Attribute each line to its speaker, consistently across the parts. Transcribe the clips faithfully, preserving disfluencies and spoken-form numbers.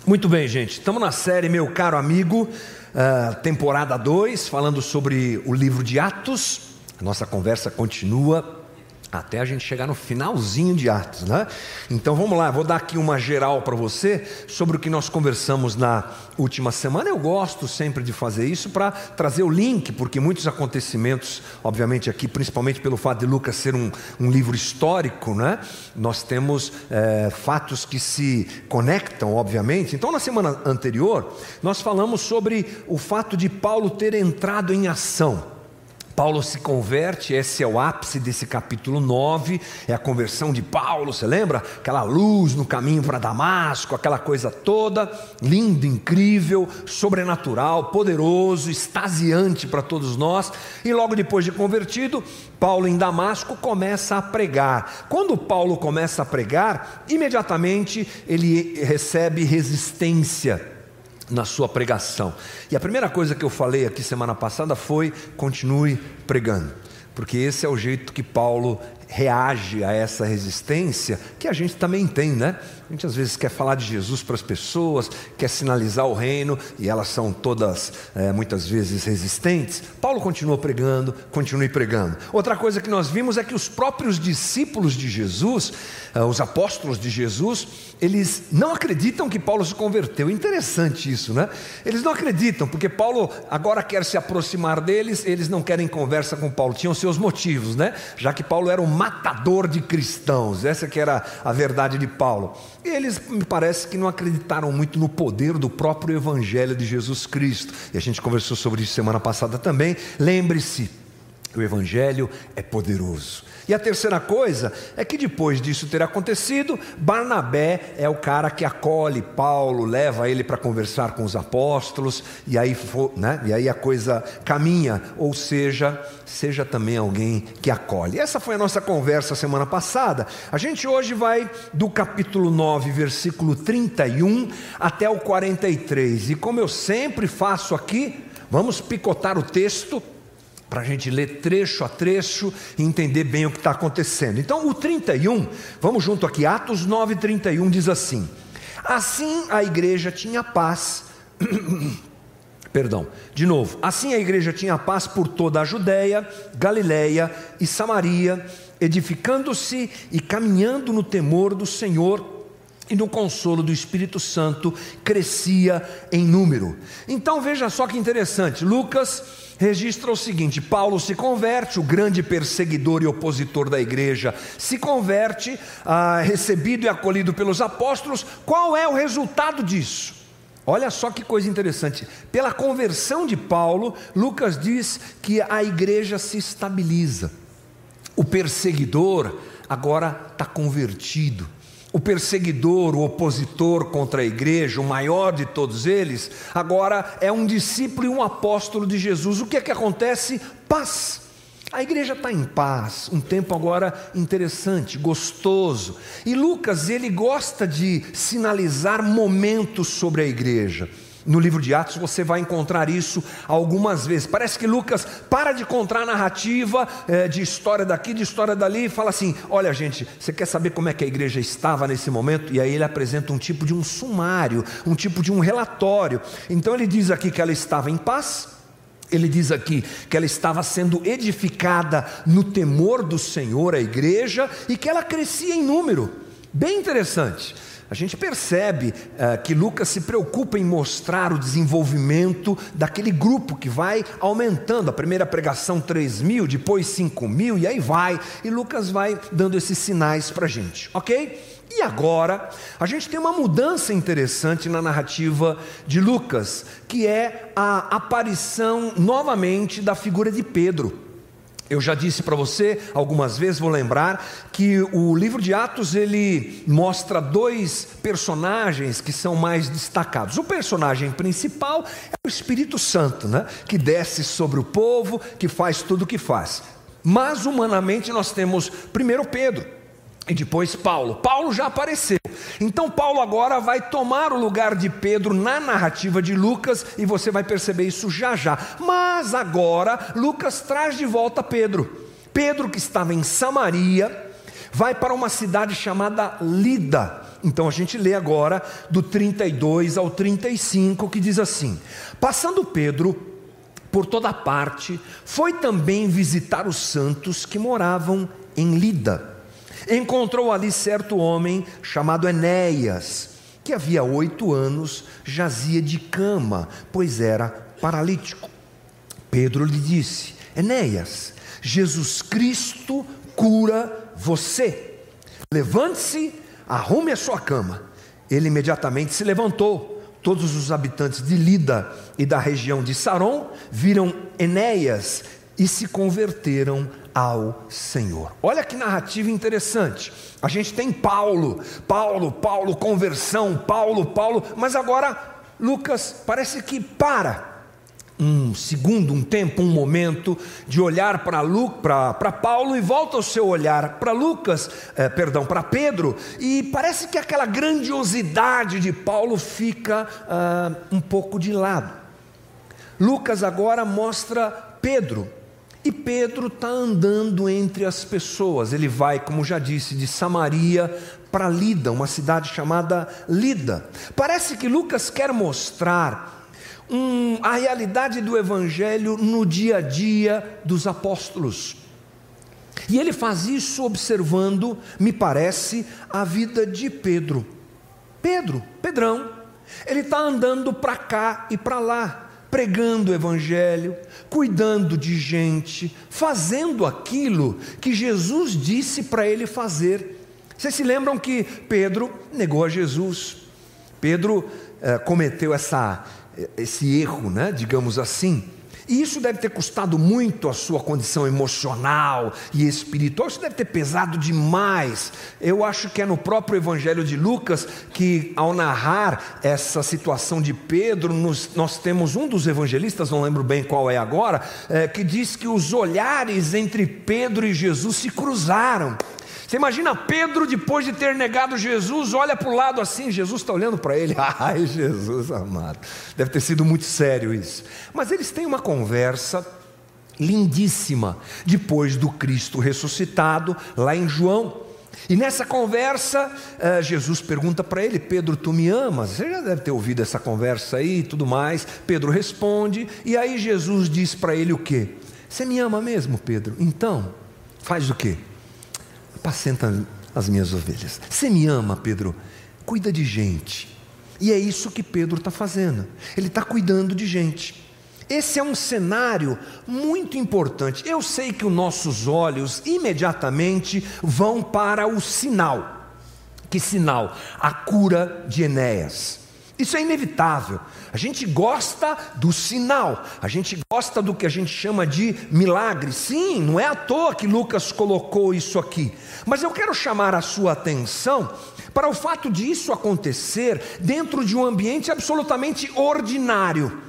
Speaker 1: Muito bem, gente, estamos na série Meu Caro Amigo, uh, temporada dois, falando sobre o livro de Atos. A nossa conversa continua até a gente chegar no finalzinho de Atos, né? Então vamos lá, vou dar aqui uma geral para você sobre o que nós conversamos na última semana. Eu gosto sempre de fazer isso para trazer o link, porque muitos acontecimentos, obviamente aqui, principalmente pelo fato de Lucas ser um, um livro histórico, né? Nós temos é, fatos que se conectam, obviamente. Então na semana anterior, nós falamos sobre o fato de Paulo ter entrado em ação. Paulo se converte, esse é o ápice desse capítulo nove, é a conversão de Paulo, você lembra? Aquela luz no caminho para Damasco, aquela coisa toda, lindo, incrível, sobrenatural, poderoso, extasiante para todos nós. E logo depois de convertido, Paulo em Damasco começa a pregar. Quando Paulo começa a pregar, imediatamente ele recebe resistência na sua pregação. E a primeira coisa que eu falei aqui semana passada foi: continue pregando, porque esse é o jeito que Paulo reage a essa resistência que a gente também tem, né? A gente às vezes quer falar de Jesus para as pessoas, quer sinalizar o reino, e elas são todas, é, muitas vezes resistentes. Paulo continua pregando, continue pregando. Outra coisa que nós vimos é que os próprios discípulos de Jesus, os apóstolos de Jesus, eles não acreditam que Paulo se converteu. Interessante isso, né? Eles não acreditam, porque Paulo agora quer se aproximar deles, eles não querem conversa com Paulo. Tinham seus motivos, né? Já que Paulo era um matador de cristãos, essa que era a verdade de Paulo. E eles, me parece que não acreditaram muito no poder do próprio Evangelho de Jesus Cristo. E a gente conversou sobre isso semana passada também. Lembre-se, o Evangelho é poderoso. E a terceira coisa é que depois disso ter acontecido, Barnabé é o cara que acolhe Paulo, leva ele para conversar com os apóstolos, e aí, né, e aí a coisa caminha, ou seja, seja também alguém que acolhe. Essa foi a nossa conversa semana passada. A gente hoje vai do capítulo nove, versículo trinta e um até o quarenta e três, e como eu sempre faço aqui, vamos picotar o texto para a gente ler trecho a trecho e entender bem o que está acontecendo. Então o trinta e um, vamos junto aqui, Atos nove, trinta e um diz assim: assim a igreja tinha paz, perdão, de novo, assim a igreja tinha paz por toda a Judéia, Galiléia e Samaria, edificando-se e caminhando no temor do Senhor, e no consolo do Espírito Santo crescia em número. Então veja só que interessante, Lucas registra o seguinte: Paulo se converte, o grande perseguidor e opositor da igreja se converte, ah, recebido e acolhido pelos apóstolos. Qual é o resultado disso? Olha só que coisa interessante, pela conversão de Paulo, Lucas diz que a igreja se estabiliza. O perseguidor agora está convertido. O perseguidor, o opositor contra a igreja, o maior de todos eles, agora é um discípulo e um apóstolo de Jesus. O que é que acontece? Paz. A igreja está em paz, um tempo agora interessante, gostoso. E Lucas, ele gosta de sinalizar momentos sobre a igreja. No livro de Atos você vai encontrar isso algumas vezes. Parece que Lucas para de contar a narrativa é, de história daqui, de história dali, e fala assim: olha gente, você quer saber como é que a igreja estava nesse momento? E aí ele apresenta um tipo de um sumário, um tipo de um relatório. Então ele diz aqui que ela estava em paz, ele diz aqui que ela estava sendo edificada no temor do Senhor, a igreja, e que ela crescia em número. Bem interessante. A gente percebe uh, que Lucas se preocupa em mostrar o desenvolvimento daquele grupo que vai aumentando. A primeira pregação três mil, depois cinco mil, e aí vai. E Lucas vai dando esses sinais para a gente, ok? E agora, a gente tem uma mudança interessante na narrativa de Lucas, que é a aparição novamente da figura de Pedro. Eu já disse para você algumas vezes, vou lembrar, que o livro de Atos ele mostra dois personagens que são mais destacados. O personagem principal é o Espírito Santo, né? Que desce sobre o povo, que faz tudo o que faz. Mas humanamente nós temos primeiro Pedro e depois Paulo. Paulo já apareceu. Então Paulo agora vai tomar o lugar de Pedro na narrativa de Lucas, e você vai perceber isso já já. Mas agora Lucas traz de volta Pedro. Pedro, que estava em Samaria, vai para uma cidade chamada Lida. Então a gente lê agora do trinta e dois ao trinta e cinco, que diz assim: passando Pedro por toda parte, foi também visitar os santos que moravam em Lida. Encontrou ali certo homem chamado Enéas, que havia oito anos jazia de cama, pois era paralítico. Pedro lhe disse: Enéas, Jesus Cristo cura você. Levante-se, arrume a sua cama. Ele imediatamente se levantou. Todos os habitantes de Lida e da região de Saron viram Enéas e se converteram ao Senhor. Olha que narrativa interessante. A gente tem Paulo, Paulo, Paulo, conversão, Paulo, Paulo, mas agora Lucas parece que para um segundo, um tempo, um momento de olhar para para Paulo e volta o seu olhar para Lucas, eh, perdão, para Pedro, e parece que aquela grandiosidade de Paulo fica ah, um pouco de lado. Lucas agora mostra Pedro, e Pedro está andando entre as pessoas. Ele vai, como já disse, de Samaria para Lida, uma cidade chamada Lida. Parece que Lucas quer mostrar Um, a realidade do Evangelho no dia a dia dos apóstolos, e ele faz isso observando, me parece, a vida de Pedro. Pedro, Pedrão, ele está andando para cá e para lá, pregando o Evangelho, cuidando de gente, fazendo aquilo que Jesus disse para ele fazer. Vocês se lembram que Pedro negou a Jesus? Pedro eh, cometeu essa esse erro, né, digamos assim, e isso deve ter custado muito a sua condição emocional e espiritual. Isso deve ter pesado demais. Eu acho que é no próprio Evangelho de Lucas que, ao narrar essa situação de Pedro, nos, nós temos um dos evangelistas, não lembro bem qual é agora, é, que diz que os olhares entre Pedro e Jesus se cruzaram. Você imagina Pedro, depois de ter negado Jesus, olha para o lado assim, Jesus está olhando para ele. Ai, Jesus amado, deve ter sido muito sério isso. Mas eles têm uma conversa lindíssima, depois do Cristo ressuscitado, lá em João. E nessa conversa, Jesus pergunta para ele: Pedro, tu me amas? Você já deve ter ouvido essa conversa aí e tudo mais. Pedro responde, e aí Jesus diz para ele o quê? Você me ama mesmo, Pedro? Então, faz o quê? Apacenta as minhas ovelhas. Você me ama, Pedro? Cuida de gente. E é isso que Pedro está fazendo. Ele está cuidando de gente. Esse é um cenário muito importante. Eu sei que os nossos olhos imediatamente vão para o sinal. Que sinal? A cura de Enéas. Isso é inevitável. A gente gosta do sinal, a gente gosta do que a gente chama de milagre. Sim, não é à toa que Lucas colocou isso aqui. Mas eu quero chamar a sua atenção para o fato de isso acontecer dentro de um ambiente absolutamente ordinário.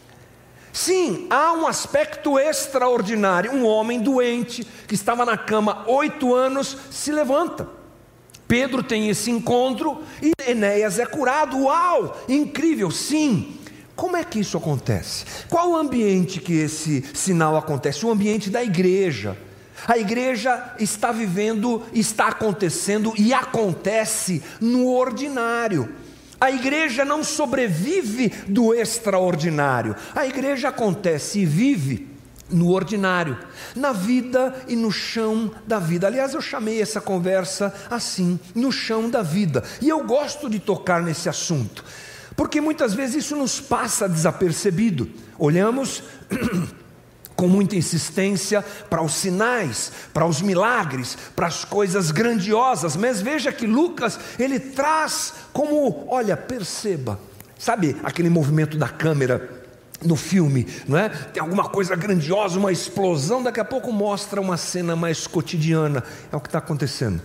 Speaker 1: Sim, há um aspecto extraordinário. Um homem doente, que estava na cama oito anos, se levanta. Pedro tem esse encontro e Enéas é curado. Uau, incrível, sim. Como é que isso acontece? Qual o ambiente que esse sinal acontece? O ambiente da igreja. A igreja está vivendo, está acontecendo e acontece no ordinário. A igreja não sobrevive do extraordinário. A igreja acontece e vive no ordinário, na vida e no chão da vida. Aliás, eu chamei essa conversa assim, no chão da vida. E eu gosto de tocar nesse assunto, porque muitas vezes isso nos passa desapercebido. Olhamos com muita insistência para os sinais, para os milagres, para as coisas grandiosas. Mas veja que Lucas, ele traz como, olha, perceba, sabe aquele movimento da câmera no filme, não é? Tem alguma coisa grandiosa, uma explosão, daqui a pouco mostra uma cena mais cotidiana. É o que está acontecendo.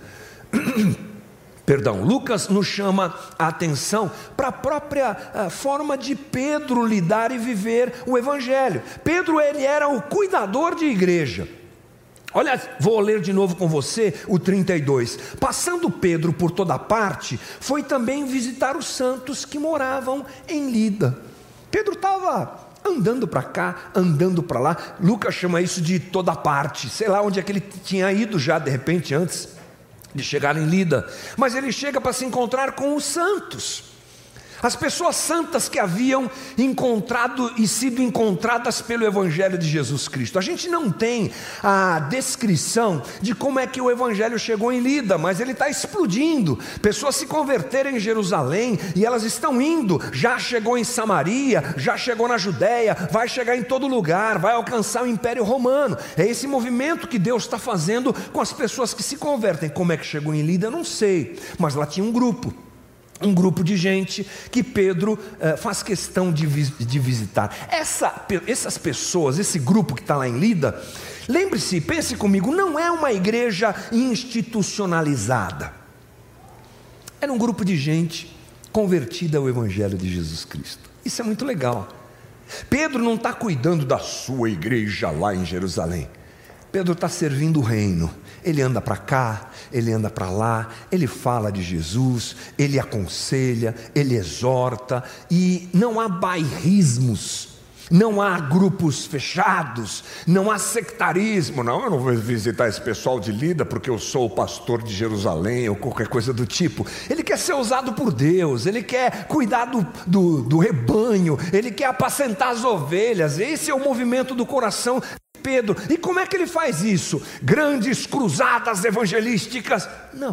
Speaker 1: Perdão, Lucas nos chama a atenção para a própria a forma de Pedro lidar e viver o Evangelho. Pedro, ele era o cuidador de igreja. Olha, vou ler de novo com você o trinta e dois. Passando Pedro por toda parte, foi também visitar os santos que moravam em Lida. Pedro estava andando para cá, andando para lá. Lucas chama isso de toda parte. Sei lá onde é que ele tinha ido já de repente antes. de chegar em Lida, mas ele chega para se encontrar com os santos, as pessoas santas que haviam encontrado e sido encontradas pelo Evangelho de Jesus Cristo. A gente não tem a descrição de como é que o Evangelho chegou em Lida, mas ele está explodindo, pessoas se converteram em Jerusalém, e elas estão indo, já chegou em Samaria, já chegou na Judéia, vai chegar em todo lugar, vai alcançar o Império Romano. É esse movimento que Deus está fazendo com as pessoas que se convertem. Como é que chegou em Lida? Eu não sei, mas lá tinha um grupo, um grupo de gente que Pedro eh, faz questão de, de visitar. Essa, essas pessoas, esse grupo que está lá em Lida, lembre-se, pense comigo, não é uma igreja institucionalizada. Era um grupo de gente convertida ao Evangelho de Jesus Cristo. Isso é muito legal. Pedro não está cuidando da sua igreja lá em Jerusalém. Pedro está servindo o reino. Ele anda para cá, ele anda para lá, ele fala de Jesus, ele aconselha, ele exorta, e não há bairrismos, não há grupos fechados, não há sectarismo. Não, eu não vou visitar esse pessoal de Lida porque eu sou o pastor de Jerusalém ou qualquer coisa do tipo. Ele quer ser usado por Deus, ele quer cuidar do, do, do rebanho, ele quer apacentar as ovelhas. Esse é o movimento do coração Pedro. E como é que ele faz isso? Grandes cruzadas evangelísticas? Não.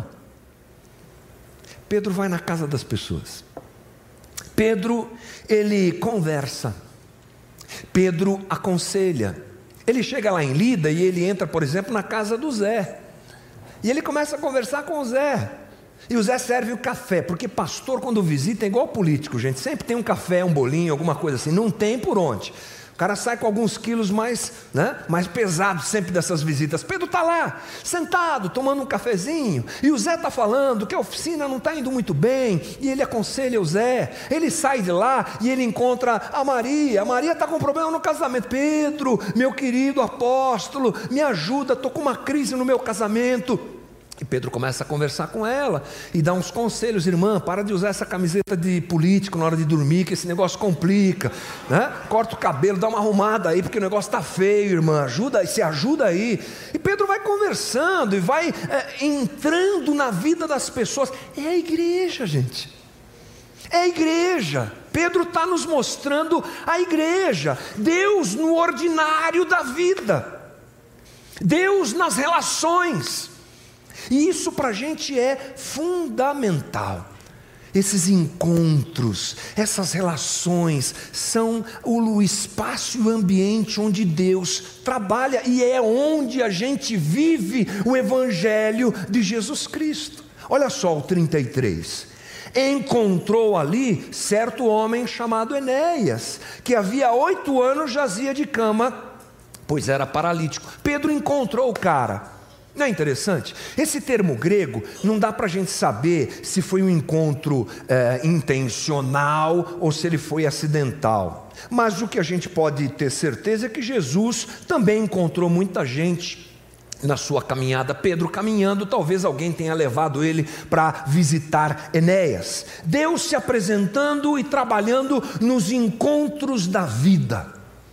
Speaker 1: Pedro vai na casa das pessoas. Pedro, ele conversa. Pedro aconselha. Ele chega lá em Lida e ele entra, por exemplo, na casa do Zé. E ele começa a conversar com o Zé. E o Zé serve o café, porque pastor quando visita é igual político, gente. Sempre tem um café, um bolinho, alguma coisa assim. Não tem por onde. O cara sai com alguns quilos mais, né, mais pesados sempre dessas visitas. Pedro está lá, sentado, tomando um cafezinho, e o Zé está falando que a oficina não está indo muito bem, e ele aconselha o Zé. Ele sai de lá e ele encontra a Maria. A Maria está com problema no casamento. Pedro, meu querido apóstolo, me ajuda, estou com uma crise no meu casamento. E Pedro começa a conversar com ela e dá uns conselhos. Irmã, para de usar essa camiseta de político na hora de dormir, que esse negócio complica, né? Corta o cabelo, dá uma arrumada aí, porque o negócio está feio, irmã, ajuda, se ajuda aí. E Pedro vai conversando e vai é, entrando na vida das pessoas. É a igreja, gente, é a igreja. Pedro está nos mostrando a igreja, Deus no ordinário da vida, Deus nas relações. E isso para a gente é fundamental. Esses encontros, essas relações são o espaço e o ambiente onde Deus trabalha, e é onde a gente vive o Evangelho de Jesus Cristo. Olha só o trinta e três. Encontrou ali certo homem chamado Enéas, que havia oito anos jazia de cama, pois era paralítico. Pedro encontrou o cara. Não é interessante? Esse termo grego, não dá para a gente saber se foi um encontro é, intencional ou se ele foi acidental. Mas o que a gente pode ter certeza é que Jesus também encontrou muita gente na sua caminhada. Pedro caminhando, talvez alguém tenha levado ele para visitar Enéas. Deus se apresentando e trabalhando nos encontros da vida.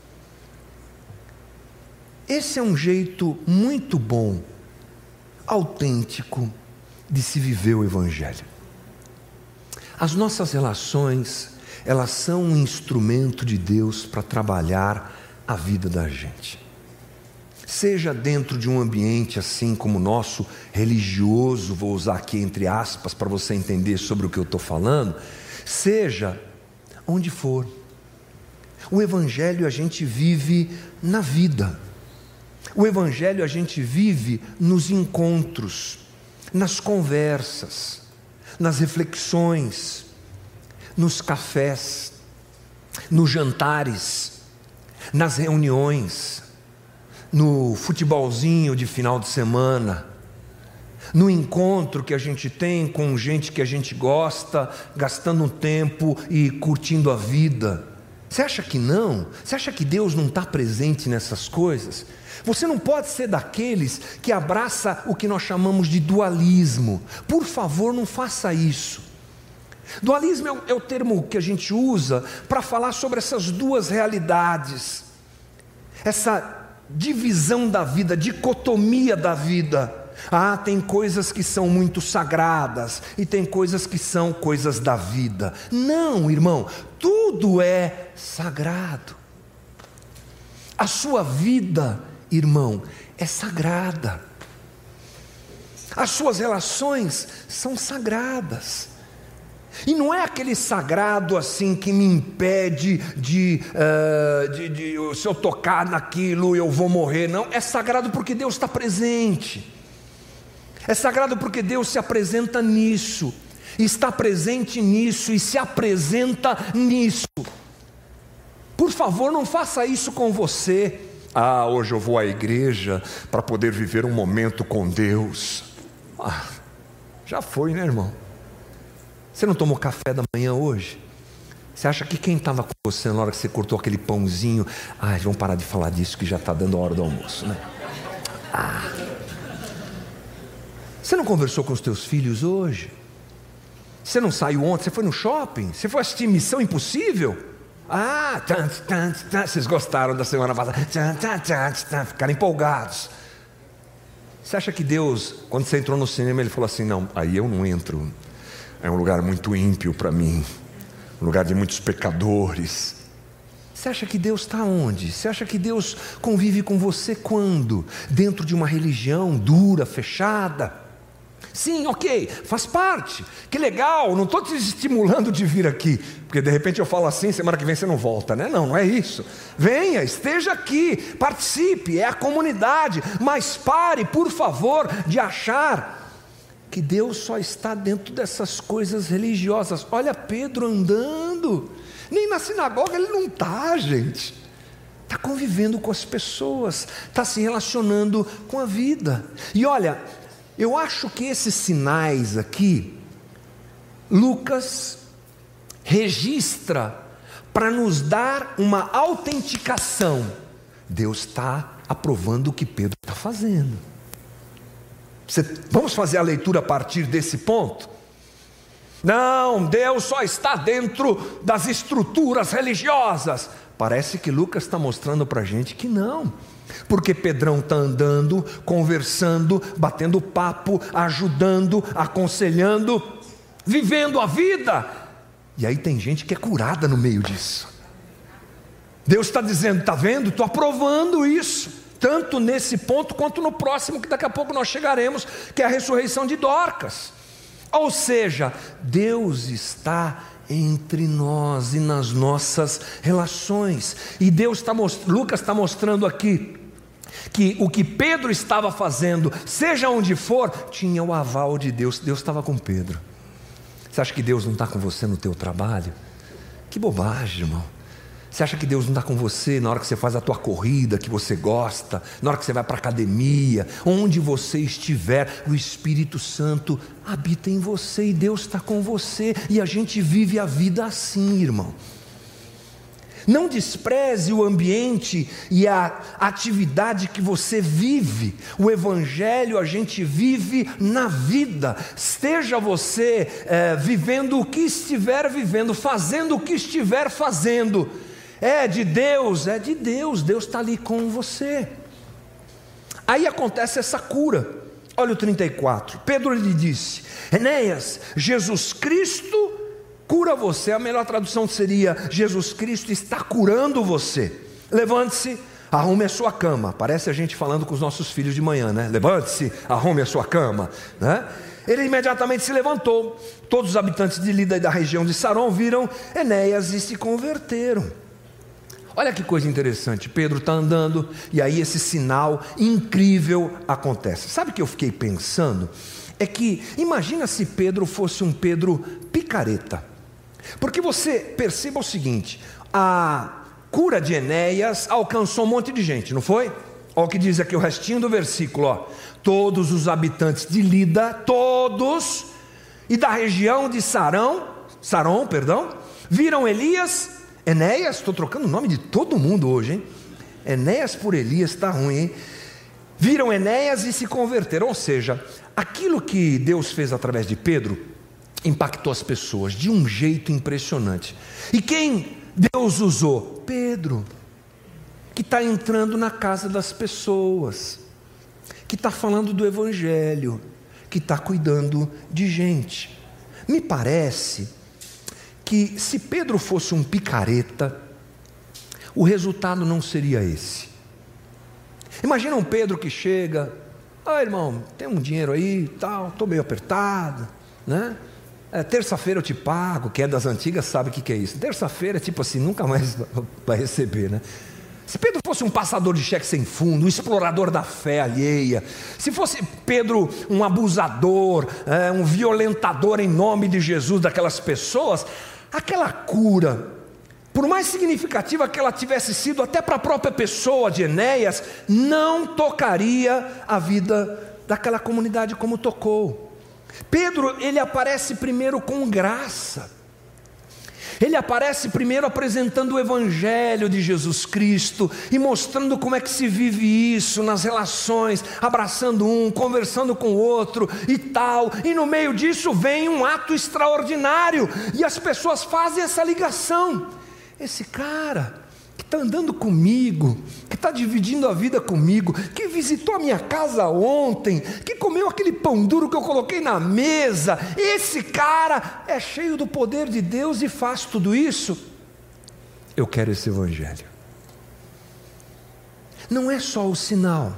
Speaker 1: Esse é um jeito muito bom, autêntico de se viver o Evangelho. As nossas relações, elas são um instrumento de Deus para trabalhar a vida da gente. Seja dentro de um ambiente assim como o nosso, religioso, vou usar aqui entre aspas para você entender sobre o que eu estou falando, seja onde for. O Evangelho a gente vive na vida. O Evangelho a gente vive nos encontros, nas conversas, nas reflexões, nos cafés, nos jantares, nas reuniões, no futebolzinho de final de semana, no encontro que a gente tem com gente que a gente gosta, gastando um tempo e curtindo a vida. Você acha que não? Você acha que Deus não está presente nessas coisas? Você não pode ser daqueles que abraça o que nós chamamos de dualismo. Por favor, não faça isso. Dualismo é o, é o termo que a gente usa para falar sobre essas duas realidades, essa divisão da vida, dicotomia da vida. Ah, tem coisas que são muito sagradas e tem coisas que são coisas da vida. Não, irmão, tudo é sagrado. A sua vida, irmão, é sagrada. As suas relações são sagradas. E não é aquele sagrado assim que me impede de, uh, de, de se eu tocar naquilo eu vou morrer. Não, é sagrado porque Deus está presente. É sagrado porque Deus se apresenta nisso, está presente nisso e se apresenta nisso. Por favor, não faça isso com você. Ah, hoje eu vou à igreja para poder viver um momento com Deus. Ah, já foi, né, irmão? Você não tomou café da manhã hoje? Você acha que quem estava com você na hora que você cortou aquele pãozinho? Ai, vamos parar de falar disso que já está dando a hora do almoço, né? Ah. Você não conversou com os teus filhos hoje? Você não saiu ontem? Você foi no shopping? Você foi assistir Missão Impossível? Ah, tan, tan, tan. Vocês gostaram da semana passada? Tan, tan, tan, tan. Ficaram empolgados. Você acha que Deus, quando você entrou no cinema, Ele falou assim: não, aí eu não entro. É um lugar muito ímpio para mim, um lugar de muitos pecadores. Você acha que Deus está onde? Você acha que Deus convive com você quando? Dentro de uma religião dura, fechada? Sim, ok, faz parte, que legal, não estou te estimulando de vir aqui, porque de repente eu falo assim, semana que vem você não volta, né? Não, não é isso. Venha, esteja aqui, participe, é a comunidade, mas pare, por favor, de achar que Deus só está dentro dessas coisas religiosas. Olha Pedro andando, nem na sinagoga ele não está, gente. Está convivendo com as pessoas, está se relacionando com a vida. E olha, eu acho que esses sinais aqui, Lucas registra para nos dar uma autenticação. Deus está aprovando o que Pedro está fazendo. Você, vamos fazer a leitura a partir desse ponto? Não, Deus só está dentro das estruturas religiosas. Parece que Lucas está mostrando para a gente que não. Porque Pedrão está andando, conversando, batendo papo, ajudando, aconselhando, vivendo a vida. E aí tem gente que é curada no meio disso. Deus está dizendo: está vendo? Estou aprovando isso, tanto nesse ponto quanto no próximo, que daqui a pouco nós chegaremos, que é a ressurreição de Dorcas. Ou seja, Deus está entre nós e nas nossas relações. E Deus está mostrando, Lucas está mostrando aqui que o que Pedro estava fazendo, seja onde for, tinha o aval de Deus. Deus estava com Pedro. Você acha que Deus não está com você no teu trabalho? Que bobagem, irmão. Você acha que Deus não está com você na hora que você faz a tua corrida, que você gosta, na hora que você vai para a academia, onde você estiver, o Espírito Santo habita em você e Deus está com você, e a gente vive a vida assim, irmão. Não despreze o ambiente e a atividade que você vive. O Evangelho a gente vive na vida. Esteja você é, vivendo o que estiver vivendo, fazendo o que estiver fazendo. É de Deus, é de Deus, Deus está ali com você. Aí acontece essa cura. Olha o trinta e quatro, Pedro lhe disse: Enéas, Jesus Cristo cura você. A melhor tradução seria: Jesus Cristo está curando você. Levante-se, arrume a sua cama. Parece a gente falando com os nossos filhos de manhã, né? Levante-se, arrume a sua cama, né? Ele imediatamente se levantou. Todos os habitantes de Lida e da região de Saron viram Enéas e se converteram. Olha que coisa interessante, Pedro está andando e aí esse sinal incrível acontece. Sabe o que eu fiquei pensando? É que, imagina se Pedro fosse um Pedro picareta. Porque você perceba o seguinte: a cura de Enéas alcançou um monte de gente, não foi? Olha o que diz aqui o restinho do versículo, ó. Todos os habitantes de Lida, todos, e da região de Sarão, Saron, perdão, viram Elias... Enéas, estou trocando o nome de todo mundo hoje, hein? Enéas por Elias, está ruim, hein? Viram Enéas e se converteram. Ou seja, aquilo que Deus fez através de Pedro impactou as pessoas de um jeito impressionante. E quem Deus usou? Pedro, que está entrando na casa das pessoas, que está falando do Evangelho, que está cuidando de gente. Me parece que se Pedro fosse um picareta, o resultado não seria esse. Imagina um Pedro que chega: ah, irmão, tem um dinheiro aí, tal, estou meio apertado, né? É, terça-feira eu te pago. Quem é das antigas sabe o que, que é isso. Terça-feira é tipo assim, nunca mais vai receber, né? Se Pedro fosse um passador de cheque sem fundo, um explorador da fé alheia, se fosse Pedro um abusador, é, um violentador em nome de Jesus daquelas pessoas, aquela cura, por mais significativa que ela tivesse sido até para a própria pessoa de Enéas, não tocaria a vida daquela comunidade como tocou. Pedro, ele aparece primeiro com graça. Ele aparece primeiro apresentando o Evangelho de Jesus Cristo e mostrando como é que se vive isso nas relações, abraçando um, conversando com o outro e tal. E no meio disso vem um ato extraordinário e as pessoas fazem essa ligação. Esse cara que está andando comigo, que está dividindo a vida comigo, que visitou a minha casa ontem, que comeu aquele pão duro que eu coloquei na mesa, esse cara é cheio do poder de Deus e faz tudo isso. Eu quero esse Evangelho. Não é só o sinal,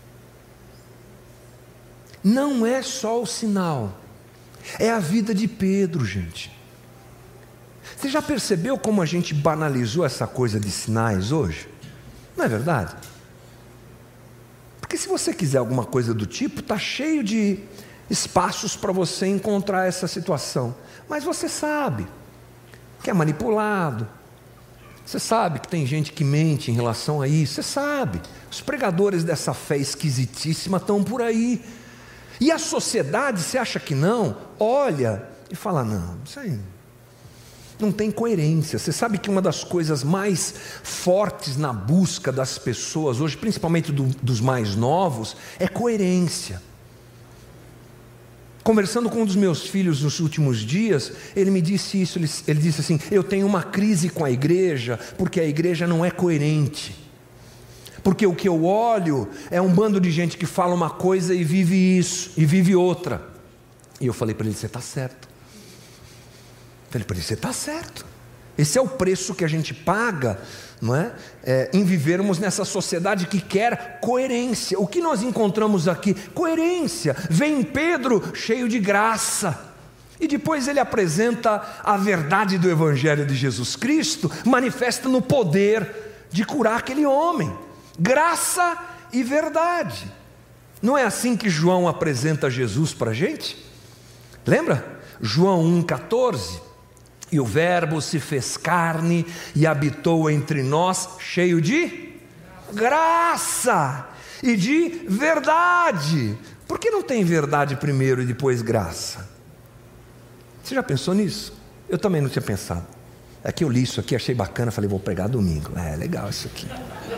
Speaker 1: não é só o sinal, é a vida de Pedro, gente. Você já percebeu como a gente banalizou essa coisa de sinais hoje? Não é verdade? Porque se você quiser alguma coisa do tipo, está cheio de espaços para você encontrar essa situação. Mas você sabe que é manipulado. Você sabe que tem gente que mente em relação a isso. Você sabe. Os pregadores dessa fé esquisitíssima estão por aí. E a sociedade, você acha que não? Olha e fala: não, isso aí não tem coerência. Você sabe que uma das coisas mais fortes na busca das pessoas hoje, principalmente do, dos mais novos, é coerência. Conversando com um dos meus filhos nos últimos dias, ele me disse isso, ele, ele disse assim: eu tenho uma crise com a igreja, porque a igreja não é coerente. Porque o que eu olho é um bando de gente que fala uma coisa e vive isso, e vive outra. E eu falei para ele: você está certo. Falei para ele: você está certo. Esse é o preço que a gente paga, não é? É, em vivermos nessa sociedade que quer coerência. O que nós encontramos aqui? Coerência. Vem Pedro cheio de graça, e depois ele apresenta a verdade do Evangelho de Jesus Cristo, manifesta no poder de curar aquele homem. Graça e verdade. Não é assim que João apresenta Jesus para a gente? Lembra? João um, catorze. E o verbo se fez carne e habitou entre nós, cheio de graça e de verdade. Por que não tem verdade primeiro e depois graça? Você já pensou nisso? Eu também não tinha pensado. É que eu li isso aqui, achei bacana, falei: vou pregar domingo. É legal isso aqui.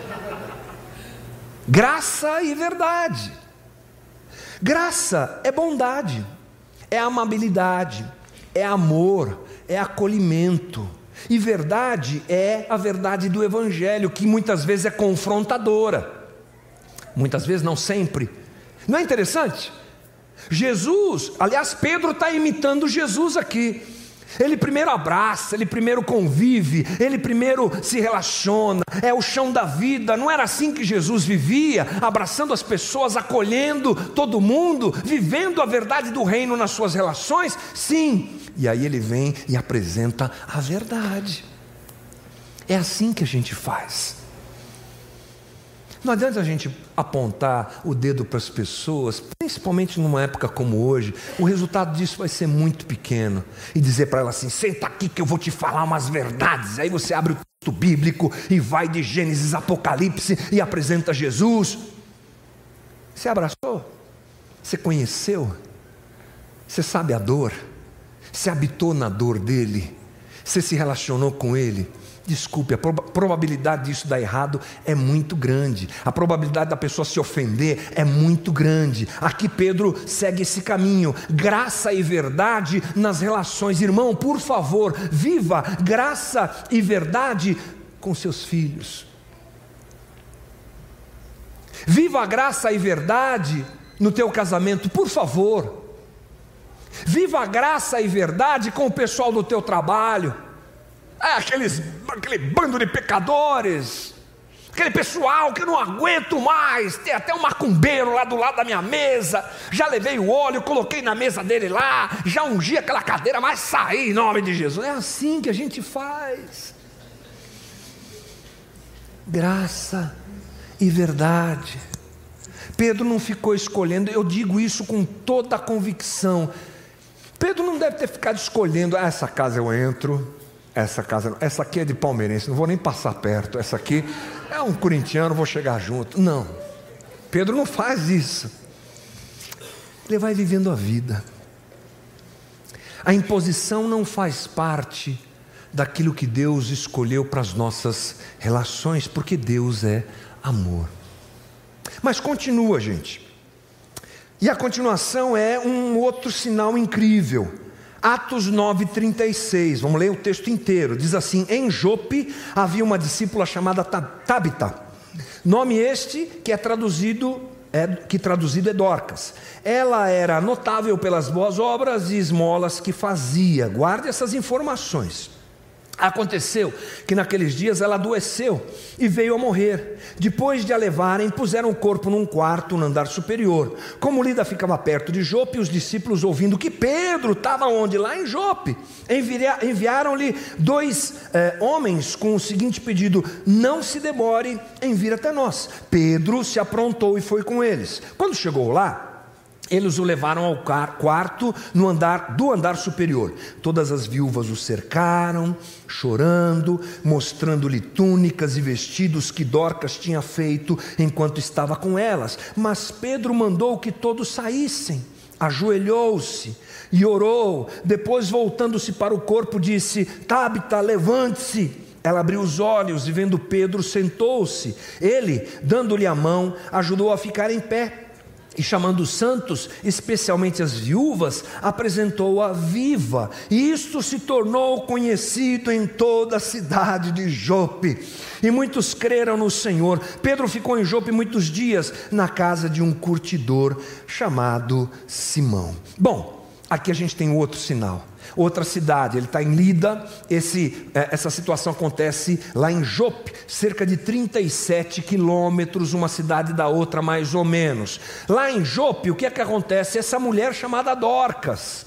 Speaker 1: Graça e verdade. Graça é bondade, é amabilidade, é amor, é acolhimento. E verdade é a verdade do Evangelho, que muitas vezes é confrontadora. Muitas vezes, não sempre. Não é interessante? Jesus, aliás, Pedro está imitando Jesus aqui. Ele primeiro abraça, ele primeiro convive, ele primeiro se relaciona, é o chão da vida. Não era assim que Jesus vivia, abraçando as pessoas, acolhendo todo mundo, vivendo a verdade do reino nas suas relações? Sim, e aí ele vem e apresenta a verdade. É assim que a gente faz. Não adianta a gente apontar o dedo para as pessoas, principalmente numa época como hoje. O resultado disso vai ser muito pequeno. E dizer para ela assim: senta aqui que eu vou te falar umas verdades. Aí você abre o texto bíblico e vai de Gênesis, Apocalipse e apresenta Jesus. Você abraçou? Você conheceu? Você sabe a dor? Você habitou na dor dele? Você se relacionou com ele? Desculpe, a probabilidade disso dar errado é muito grande. A probabilidade da pessoa se ofender é muito grande. Aqui Pedro segue esse caminho. Graça e verdade nas relações. Irmão, por favor, viva graça e verdade com seus filhos. Viva a graça e verdade no teu casamento, por favor. Viva a graça e verdade com o pessoal do teu trabalho. É, aqueles, aquele bando de pecadores, aquele pessoal que eu não aguento mais. Tem até um macumbeiro lá do lado da minha mesa. Já levei o óleo, coloquei na mesa dele lá, já ungi aquela cadeira, mas saí em nome de Jesus. É assim que a gente faz. Graça e verdade. Pedro não ficou escolhendo, eu digo isso com toda a convicção. Pedro não deve ter ficado escolhendo, ah, essa casa eu entro, essa casa, essa aqui é de palmeirense, não vou nem passar perto, essa aqui é um corintiano, vou chegar junto. Não, Pedro não faz isso. Ele vai vivendo a vida. A imposição não faz parte daquilo que Deus escolheu para as nossas relações, porque Deus é amor. Mas continua, gente. E a continuação é um outro sinal incrível. Atos nove, trinta e seis. Vamos ler o texto inteiro. Diz assim: em Jope havia uma discípula chamada Tábita, nome este que é traduzido é, que traduzido é Dorcas. Ela era notável pelas boas obras e esmolas que fazia. Guarde essas informações. Aconteceu que naqueles dias ela adoeceu e veio a morrer. Depois de a levarem, puseram o corpo num quarto no andar superior. Como Lida ficava perto de Jope, os discípulos, ouvindo que Pedro estava onde? Lá em Jope, enviaram-lhe dois eh, homens com o seguinte pedido: não se demore em vir até nós. Pedro se aprontou e foi com eles. Quando chegou lá, eles o levaram ao quarto no andar, do andar superior. Todas as viúvas o cercaram, chorando, mostrando-lhe túnicas e vestidos que Dorcas tinha feito enquanto estava com elas. Mas Pedro mandou que todos saíssem. Ajoelhou-se e orou. Depois, voltando-se para o corpo, disse: Tábita, levante-se. Ela abriu os olhos e, vendo Pedro, sentou-se. Ele, dando-lhe a mão, ajudou a ficar em pé. E chamando os santos, especialmente as viúvas, apresentou-a viva. E isto se tornou conhecido em toda a cidade de Jope. E muitos creram no Senhor. Pedro ficou em Jope muitos dias, na casa de um curtidor chamado Simão. Bom, aqui a gente tem outro sinal. Outra cidade, ele está em Lida. Esse, essa situação acontece lá em Jope, cerca de trinta e sete quilômetros, uma cidade da outra mais ou menos. Lá em Jope, o que é que acontece? Essa mulher chamada Dorcas,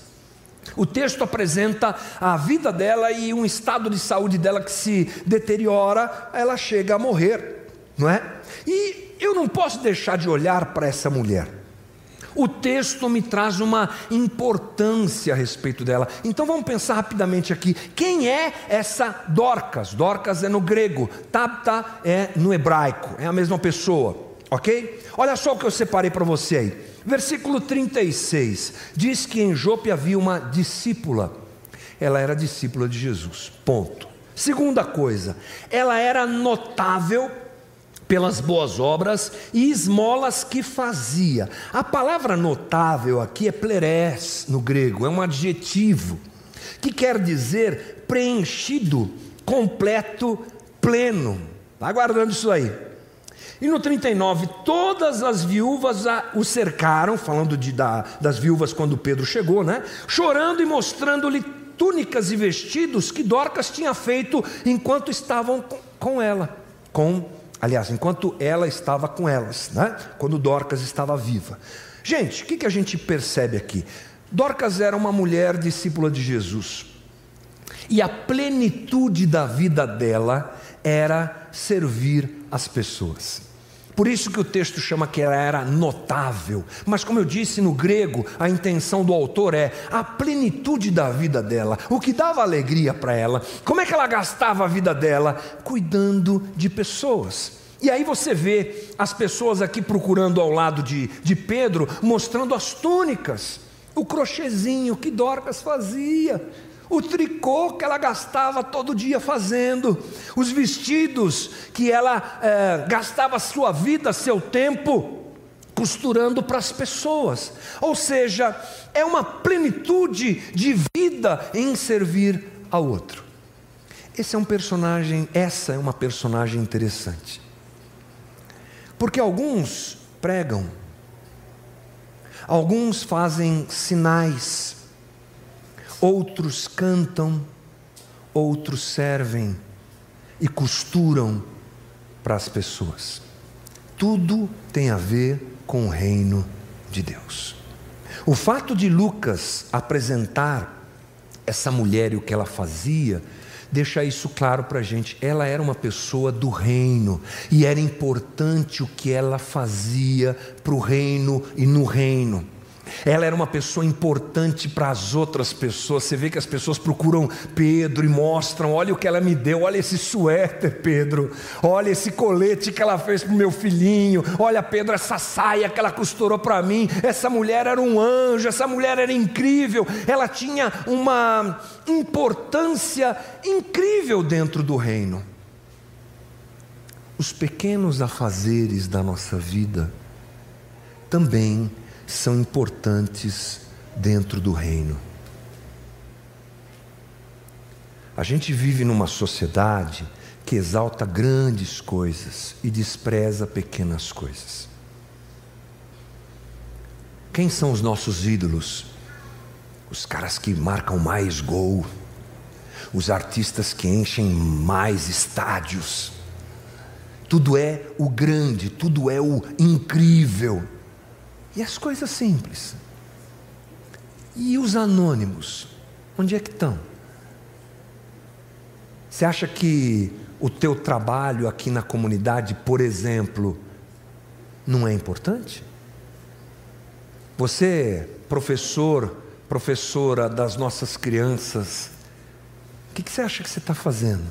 Speaker 1: o texto apresenta a vida dela e um estado de saúde dela que se deteriora, ela chega a morrer, não é? E eu não posso deixar de olhar para essa mulher. O texto me traz uma importância a respeito dela. Então vamos pensar rapidamente aqui. Quem é essa Dorcas? Dorcas é no grego, Tábita é no hebraico, é a mesma pessoa, ok? Olha só o que eu separei para você aí. Versículo trinta e seis, diz que em Jope havia uma discípula. Ela era discípula de Jesus, ponto. Segunda coisa, ela era notável pelas boas obras e esmolas que fazia. A palavra notável aqui é plerés no grego, é um adjetivo que quer dizer preenchido, completo, pleno. Está guardando isso aí. E no trinta e nove, todas as viúvas o cercaram, falando de, da, das viúvas quando Pedro chegou, né? Chorando e mostrando-lhe túnicas e vestidos que Dorcas tinha feito enquanto estavam com, com ela, com Aliás, enquanto ela estava com elas, né? Quando Dorcas estava viva. Gente, o que, que a gente percebe aqui? Dorcas era uma mulher discípula de Jesus. E a plenitude da vida dela era servir as pessoas. Por isso que o texto chama que ela era notável. Mas como eu disse, no grego, a intenção do autor é a plenitude da vida dela. O que dava alegria para ela. Como é que ela gastava a vida dela? Cuidando de pessoas. E aí você vê as pessoas aqui procurando ao lado de, de Pedro, mostrando as túnicas, o crochêzinho que Dorcas fazia, o tricô que ela gastava todo dia fazendo, os vestidos que ela é, gastava sua vida, seu tempo, costurando para as pessoas. Ou seja, é uma plenitude de vida em servir ao outro. Esse é um personagem, essa é uma personagem interessante. Porque alguns pregam, alguns fazem sinais, outros cantam, outros servem e costuram para as pessoas. Tudo tem a ver com o reino de Deus. O fato de Lucas apresentar essa mulher e o que ela fazia, deixa isso claro para a gente. Ela era uma pessoa do reino, e era importante o que ela fazia para o reino e no reino. Ela era uma pessoa importante para as outras pessoas. Você vê que as pessoas procuram Pedro e mostram: olha o que ela me deu, olha esse suéter, Pedro, olha esse colete que ela fez para o meu filhinho, olha, Pedro, essa saia que ela costurou para mim. Essa mulher era um anjo, essa mulher era incrível, ela tinha uma importância incrível dentro do reino. Os pequenos afazeres da nossa vida também são importantes dentro do reino. A gente vive numa sociedade que exalta grandes coisas e despreza pequenas coisas. Quem são os nossos ídolos? Os caras que marcam mais gol, os artistas que enchem mais estádios. Tudo é o grande, tudo é o incrível. E as coisas simples? E os anônimos? Onde é que estão? Você acha que o teu trabalho aqui na comunidade, por exemplo, não é importante? Você, professor, professora das nossas crianças, o que, que você acha que você está fazendo?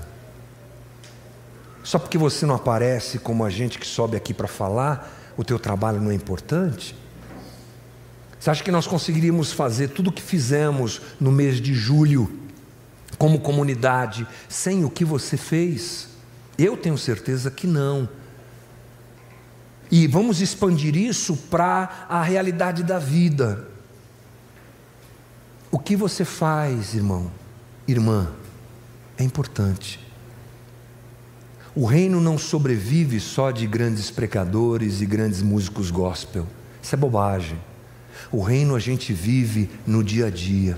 Speaker 1: Só porque você não aparece como a gente que sobe aqui para falar, o teu trabalho não é importante? Você acha que nós conseguiríamos fazer tudo o que fizemos no mês de julho, como comunidade, sem o que você fez? Eu tenho certeza que não. E vamos expandir isso para a realidade da vida. O que você faz, irmão, irmã, é importante. O reino não sobrevive só de grandes pregadores e grandes músicos gospel. Isso é bobagem. O reino a gente vive no dia a dia,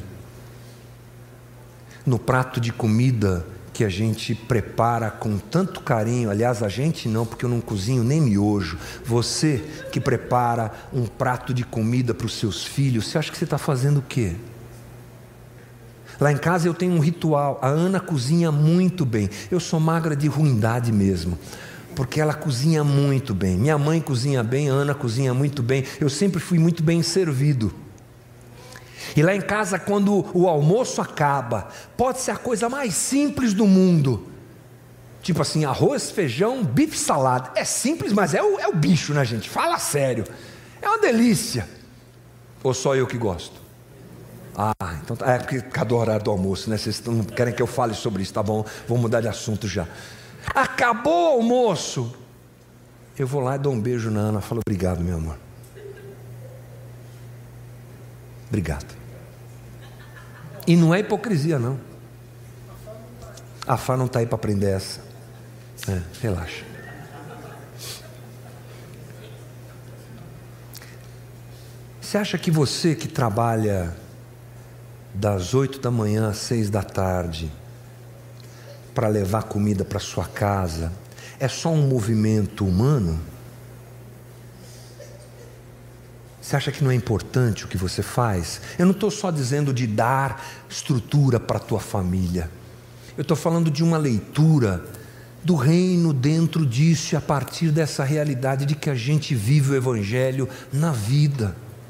Speaker 1: no prato de comida que a gente prepara com tanto carinho. Aliás, a gente não, porque eu não cozinho nem miojo. Você que prepara um prato de comida para os seus filhos, você acha que você está fazendo o quê? Lá em casa eu tenho um ritual. A Ana cozinha muito bem. Eu sou magra de ruindade mesmo, porque ela cozinha muito bem. Minha mãe cozinha bem, a Ana cozinha muito bem. Eu sempre fui muito bem servido. E lá em casa, quando o almoço acaba, pode ser a coisa mais simples do mundo, tipo assim, arroz, feijão, bife, salada. É simples, mas é o, é o bicho, né, gente? Fala sério. É uma delícia. Ou só eu que gosto? Ah, então é porque cada horário do almoço, né? Vocês não querem que eu fale sobre isso, tá bom? Vou mudar de assunto já. Acabou o almoço, eu vou lá e dou um beijo na Ana, falo: obrigado, meu amor, obrigado. E não é hipocrisia, não. A Fá não está aí para aprender essa. É, relaxa. Você acha que você que trabalha das oito da manhã às seis da tarde para levar comida para sua casa é só um movimento humano? Você acha que não é importante o que você faz? Eu não estou só dizendo de dar estrutura para a tua família. Eu estou falando de uma leitura do reino dentro disso, e a partir dessa realidade de que a gente vive o Evangelho na vida.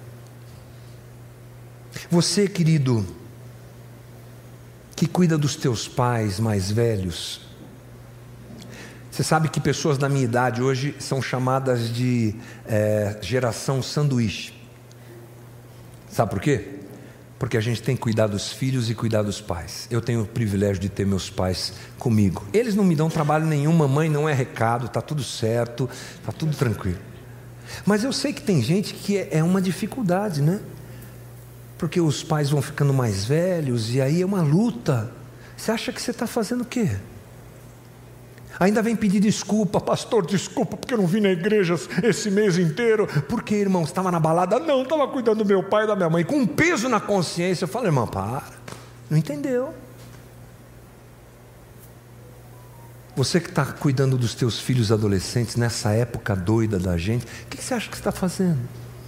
Speaker 1: Você, querido, que cuida dos teus pais mais velhos, você sabe que pessoas da minha idade hoje são chamadas de é, geração sanduíche. Sabe por quê? Porque a gente tem que cuidar dos filhos e cuidar dos pais. Eu tenho o privilégio de ter meus pais comigo. Eles não me dão trabalho nenhum, mamãe não é recado, está tudo certo, está tudo tranquilo. Mas eu sei que tem gente que é, é uma dificuldade, né? Porque os pais vão ficando mais velhos e aí é uma luta. Você acha que você está fazendo o quê? Ainda vem pedir desculpa: pastor, desculpa porque eu não vim na igreja esse mês inteiro. Por que, irmão? Estava na balada? Não, estava cuidando do meu pai e da minha mãe. Com um peso na consciência. Eu falo: irmão, para, não entendeu. Você que está cuidando dos teus filhos adolescentes nessa época doida da gente, o que você acha que você está fazendo?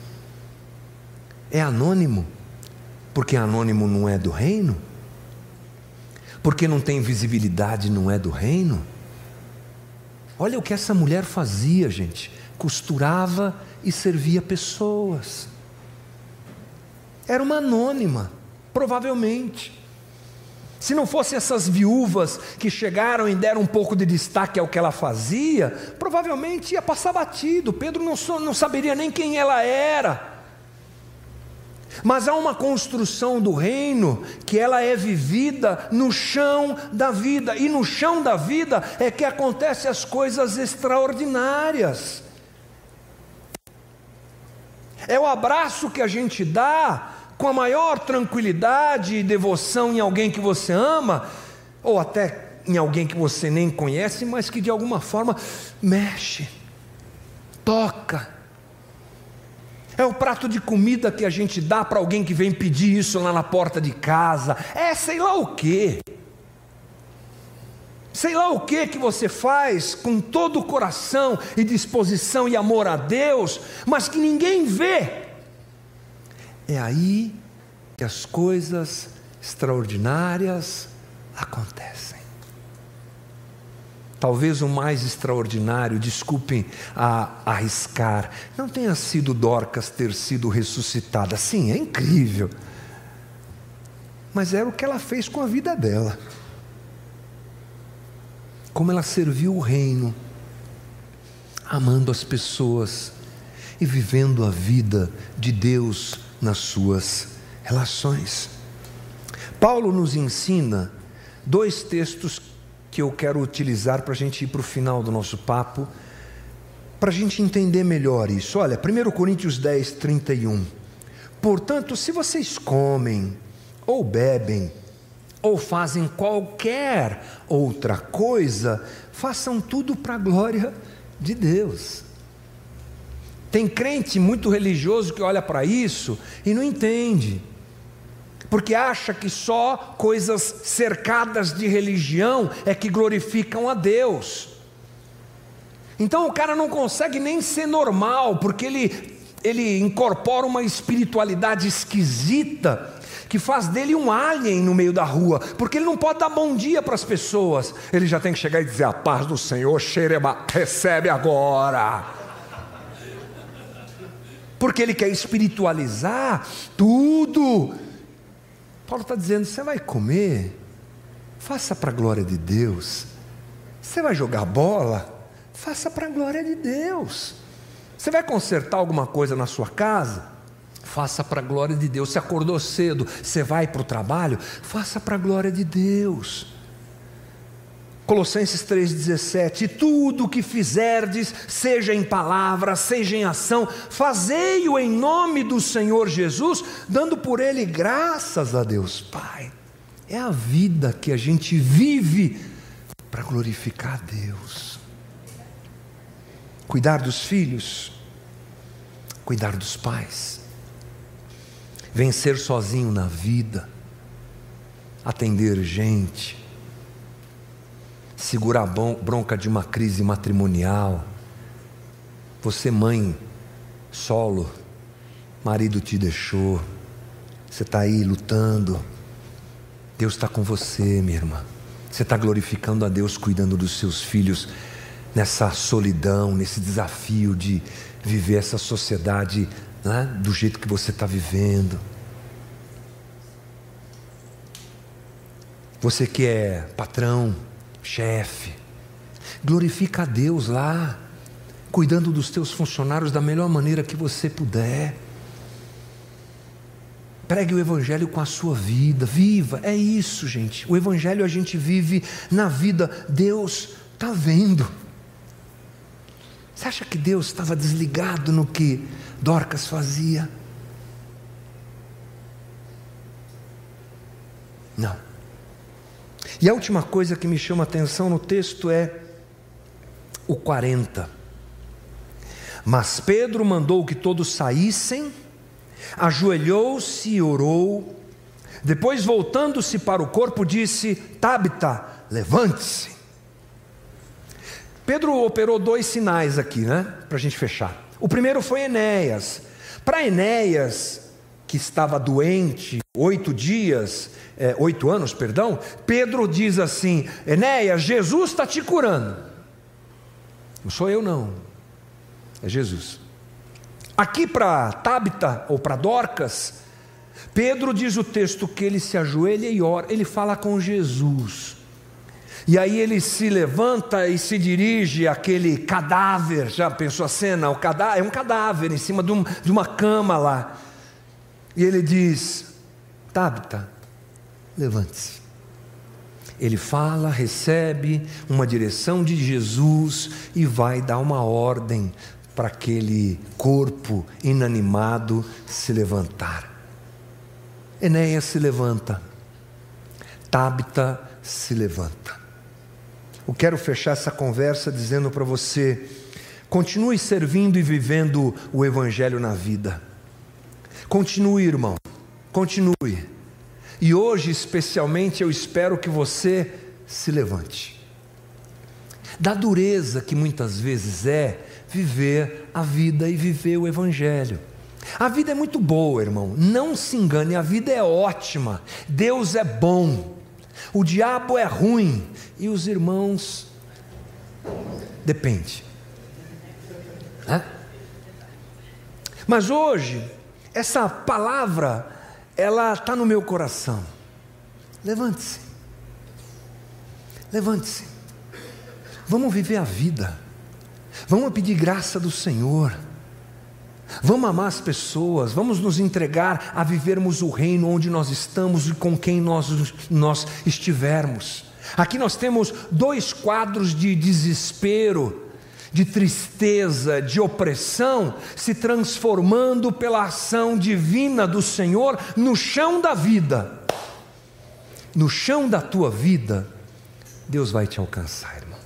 Speaker 1: É anônimo? Porque anônimo não é do reino? Porque não tem visibilidade, não é do reino? Olha o que essa mulher fazia, gente. Costurava e servia pessoas. Era uma anônima, provavelmente. Se não fossem essas viúvas que chegaram e deram um pouco de destaque ao que ela fazia, provavelmente ia passar batido. Pedro não, não saberia nem quem ela era. Mas há uma construção do reino que ela é vivida no chão da vida, e no chão da vida é que acontecem as coisas extraordinárias. É o abraço que a gente dá com a maior tranquilidade e devoção em alguém que você ama, ou até em alguém que você nem conhece, mas que de alguma forma mexe, toca. É o prato de comida que a gente dá para alguém que vem pedir isso lá na porta de casa. É sei lá o quê. Sei lá o que que você faz com todo o coração e disposição e amor a Deus, mas que ninguém vê. É aí que as coisas extraordinárias acontecem. Talvez o mais extraordinário, desculpem a arriscar, não tenha sido Dorcas ter sido ressuscitada. Sim, é incrível. Mas era o que ela fez com a vida dela. Como ela serviu o reino, amando as pessoas e vivendo a vida de Deus nas suas relações. Paulo nos ensina dois textos que eu quero utilizar para a gente ir para o final do nosso papo, para a gente entender melhor isso. Olha, primeiro Coríntios dez, trinta e um. Portanto, se vocês comem, ou bebem, ou fazem qualquer outra coisa, façam tudo para a glória de Deus. Tem crente muito religioso que olha para isso e não entende, porque acha que só coisas cercadas de religião é que glorificam a Deus. Então o cara não consegue nem ser normal, porque ele, ele incorpora uma espiritualidade esquisita, que faz dele um alien no meio da rua, porque ele não pode dar bom dia para as pessoas, ele já tem que chegar e dizer: a paz do Senhor, xereba, recebe agora. Porque ele quer espiritualizar tudo. Paulo está dizendo: você vai comer, faça para a glória de Deus. Você vai jogar bola, faça para a glória de Deus. Você vai consertar alguma coisa na sua casa, faça para a glória de Deus. Você acordou cedo, você vai para o trabalho, faça para a glória de Deus. Colossenses três, dezessete. E tudo o que fizerdes, seja em palavra, seja em ação, fazei-o em nome do Senhor Jesus, dando por ele graças a Deus Pai. É a vida que a gente vive para glorificar a Deus. Cuidar dos filhos, cuidar dos pais, vencer sozinho na vida, atender gente, segurar a bronca de uma crise matrimonial. Você, mãe solo, marido te deixou, você está aí lutando, Deus está com você, minha irmã. Você está glorificando a Deus cuidando dos seus filhos nessa solidão, nesse desafio de viver essa sociedade, né, do jeito que você está vivendo. Você que é patrão, chefe, glorifica a Deus lá, cuidando dos teus funcionários da melhor maneira que você puder. Pregue o Evangelho com a sua vida, viva, é isso, gente. O Evangelho a gente vive na vida, Deus está vendo. Você acha que Deus estava desligado no que Dorcas fazia? Não. E a última coisa que me chama a atenção no texto é o quarenta. Mas Pedro mandou que todos saíssem, ajoelhou-se e orou. Depois, voltando-se para o corpo, disse: Tabita, levante-se. Pedro operou dois sinais aqui, né? Para a gente fechar. O primeiro foi Enéas. Para Enéas, que estava doente oito dias, é, oito anos, perdão, Pedro diz assim: Enéas, Jesus está te curando. Não sou eu não, é Jesus. Aqui para Tabita, ou para Dorcas, Pedro diz o texto que ele se ajoelha e ora, ele fala com Jesus. E aí ele se levanta e se dirige àquele cadáver. Já pensou a cena? O cadáver, é um cadáver em cima de, um, de uma cama lá. E ele diz: Tabita, levante-se. Ele fala, recebe uma direção de Jesus e vai dar uma ordem para aquele corpo inanimado se levantar. Enéas se levanta, Tabita se levanta. Eu quero fechar essa conversa dizendo para você: continue servindo e vivendo o Evangelho na vida. Continue, irmão, continue. E hoje, especialmente, eu espero que você se levante da dureza que muitas vezes é viver a vida e viver o Evangelho. A vida é muito boa, irmão, não se engane, a vida é ótima, Deus é bom, o diabo é ruim e os irmãos, depende, né? Mas hoje, essa palavra, ela está no meu coração. Levante-se, levante-se, vamos viver a vida, vamos pedir graça do Senhor, vamos amar as pessoas, vamos nos entregar a vivermos o reino onde nós estamos e com quem nós, nós estivermos. Aqui nós temos dois quadros de desespero, de tristeza, de opressão, se transformando pela ação divina do Senhor no chão da vida. No chão da tua vida, Deus vai te alcançar, irmão.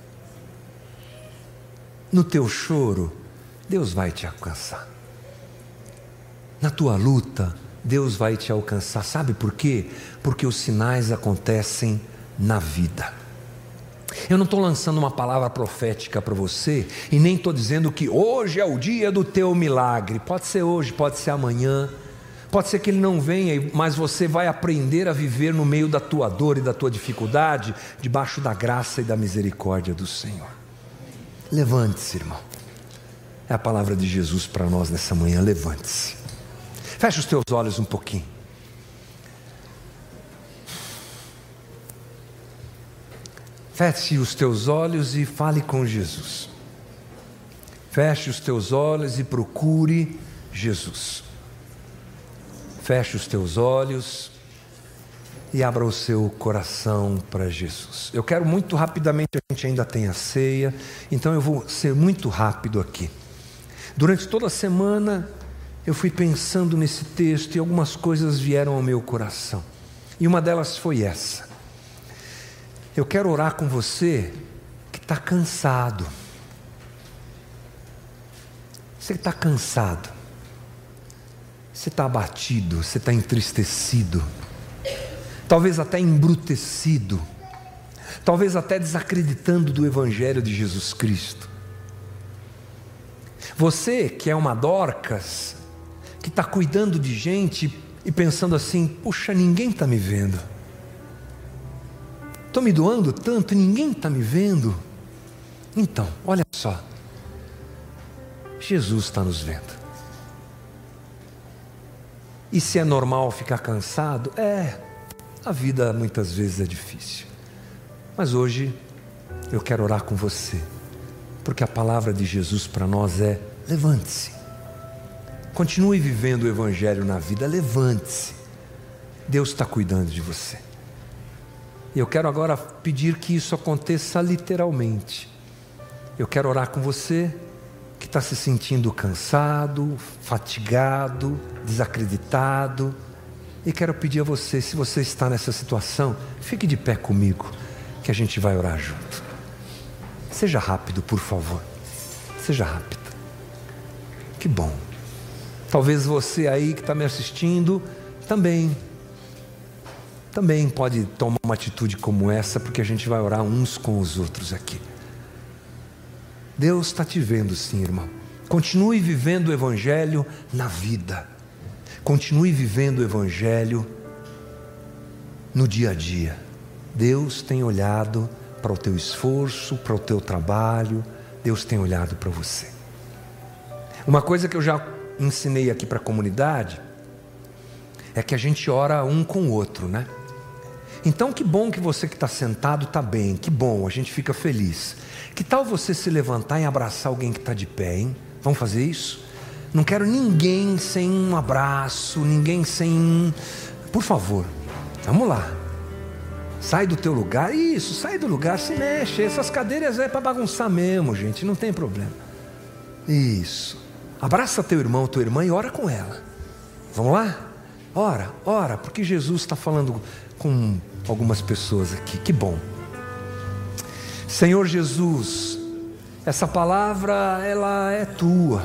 Speaker 1: No teu choro, Deus vai te alcançar. Na tua luta, Deus vai te alcançar. Sabe por quê? Porque os sinais acontecem na vida. Eu não estou lançando uma palavra profética para você, e nem estou dizendo que hoje é o dia do teu milagre. Pode ser hoje, pode ser amanhã, pode ser que ele não venha, mas você vai aprender a viver no meio da tua dor e da tua dificuldade, debaixo da graça e da misericórdia do Senhor. Levante-se, irmão. É a palavra de Jesus para nós nessa manhã. Levante-se. Feche os teus olhos um pouquinho. Feche os teus olhos e fale com Jesus. Feche os teus olhos e procure Jesus. Feche os teus olhos e abra o seu coração para Jesus. Eu quero muito rapidamente, a gente ainda tem a ceia, então eu vou ser muito rápido aqui. Durante toda a semana eu fui pensando nesse texto e algumas coisas vieram ao meu coração. E uma delas foi essa. Eu quero orar com você que está cansado. Você está cansado. Você está abatido, você está entristecido. Talvez até embrutecido. Talvez até desacreditando do Evangelho de Jesus Cristo. Você que é uma Dorcas, que está cuidando de gente e pensando assim: puxa, ninguém está me vendo. Estou me doando tanto e ninguém está me vendo. Então, olha só, Jesus está nos vendo. E se é normal ficar cansado? É, a vida muitas vezes é difícil. Mas hoje eu quero orar com você, porque a palavra de Jesus para nós é: levante-se. Continue vivendo o Evangelho na vida, levante-se. Deus está cuidando de você. E eu quero agora pedir que isso aconteça literalmente. Eu quero orar com você que está se sentindo cansado, fatigado, desacreditado. E quero pedir a você, se você está nessa situação, fique de pé comigo, que a gente vai orar junto. Seja rápido, por favor. Seja rápido. Que bom. Talvez você aí que está me assistindo também, também pode tomar uma atitude como essa, porque a gente vai orar uns com os outros aqui. Deus está te vendo sim, irmão. Continue vivendo o Evangelho na vida. Continue vivendo o Evangelho no dia a dia. Deus tem olhado para o teu esforço, para o teu trabalho. Deus tem olhado para você. Uma coisa que eu já ensinei aqui para a comunidade é que a gente ora um com o outro, né? Então que bom que você que está sentado está bem, que bom, a gente fica feliz. Que tal você se levantar e abraçar alguém que está de pé, hein? Vamos fazer isso? Não quero ninguém sem um abraço, ninguém sem... Por favor, vamos lá. Sai do teu lugar, isso, sai do lugar, se mexe. Essas cadeiras é para bagunçar mesmo, gente, não tem problema. Isso. Abraça teu irmão, tua irmã e ora com ela. Vamos lá? Ora, ora, porque Jesus está falando com algumas pessoas aqui, que bom. Senhor Jesus, essa palavra, ela é tua,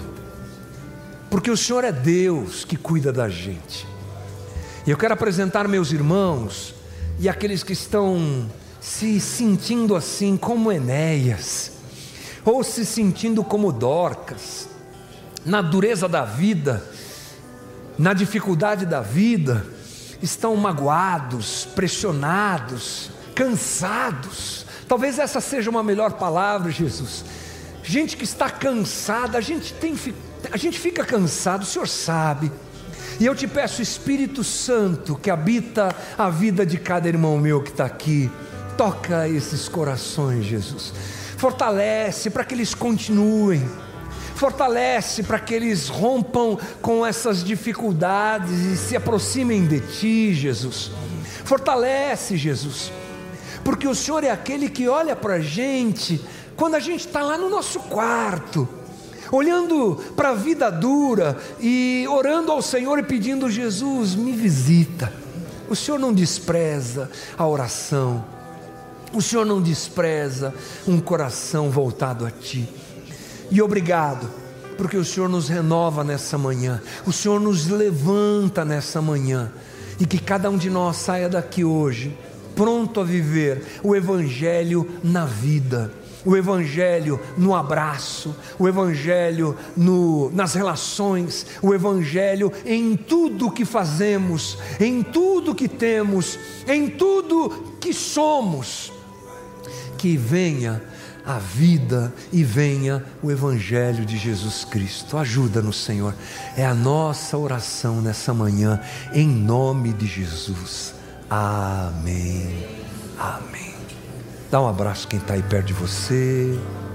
Speaker 1: porque o Senhor é Deus que cuida da gente. E eu quero apresentar meus irmãos e aqueles que estão se sentindo assim como Enéas, ou se sentindo como Dorcas, na dureza da vida, na dificuldade da vida, estão magoados, pressionados, cansados. Talvez essa seja uma melhor palavra, Jesus. Gente que está cansada, a gente, tem, a gente fica cansado, o Senhor sabe. E eu te peço, Espírito Santo, que habita a vida de cada irmão meu que está aqui, toca esses corações, Jesus. Fortalece para que eles continuem. Fortalece para que eles rompam com essas dificuldades e se aproximem de Ti, Jesus. Fortalece, Jesus, porque o Senhor é aquele que olha para a gente quando a gente está lá no nosso quarto, olhando para a vida dura e orando ao Senhor e pedindo: Jesus, me visita. O Senhor não despreza a oração, o Senhor não despreza um coração voltado a Ti. E obrigado, porque o Senhor nos renova nessa manhã, o Senhor nos levanta nessa manhã, e que cada um de nós saia daqui hoje pronto a viver o Evangelho na vida, o Evangelho no abraço, o Evangelho no, nas relações, o Evangelho em tudo que fazemos, em tudo que temos, em tudo que somos. Que venha a vida e venha o Evangelho de Jesus Cristo. Ajuda-nos, Senhor, é a nossa oração nessa manhã, em nome de Jesus. Amém. Amém. Dá um abraço quem está aí perto de você.